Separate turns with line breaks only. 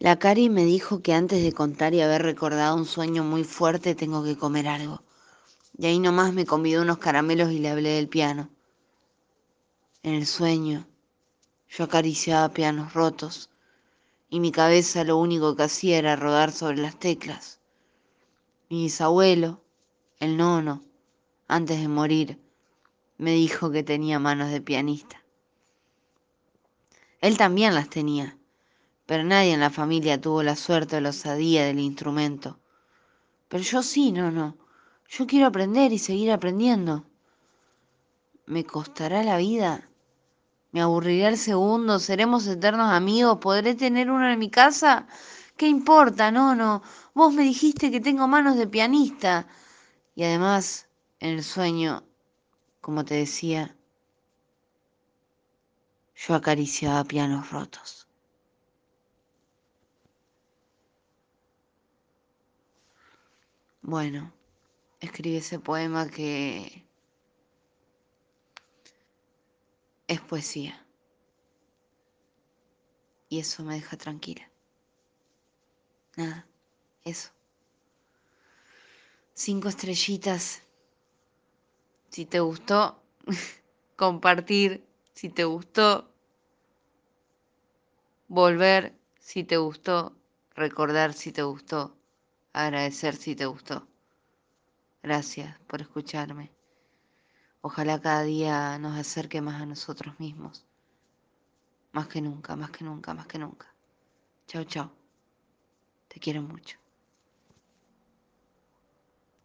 La Cari me dijo que antes de contar y haber recordado un sueño muy fuerte tengo que comer algo. Y ahí nomás me convidó unos caramelos y le hablé del piano. En el sueño, yo acariciaba pianos rotos y mi cabeza lo único que hacía era rodar sobre las teclas. Mi bisabuelo, el nono, antes de morir, me dijo que tenía manos de pianista. Él también las tenía, pero nadie en la familia tuvo la suerte o la osadía del instrumento. Pero yo sí, no. Yo quiero aprender y seguir aprendiendo. ¿Me costará la vida? ¿Me aburrirá el segundo? ¿Seremos eternos amigos? ¿Podré tener uno en mi casa? ¿Qué importa? No. Vos me dijiste que tengo manos de pianista. Y además, en el sueño, como te decía, yo acariciaba pianos rotos. Bueno, escribí ese poema que es poesía. Y eso me deja tranquila. Nada, eso. 5 estrellitas. Si te gustó, compartir. Si te gustó, volver. Si te gustó, recordar si te gustó. Agradecer si te gustó. Gracias por escucharme. Ojalá cada día nos acerque más a nosotros mismos. Más que nunca, más que nunca, más que nunca. Chao, chao. Te quiero mucho.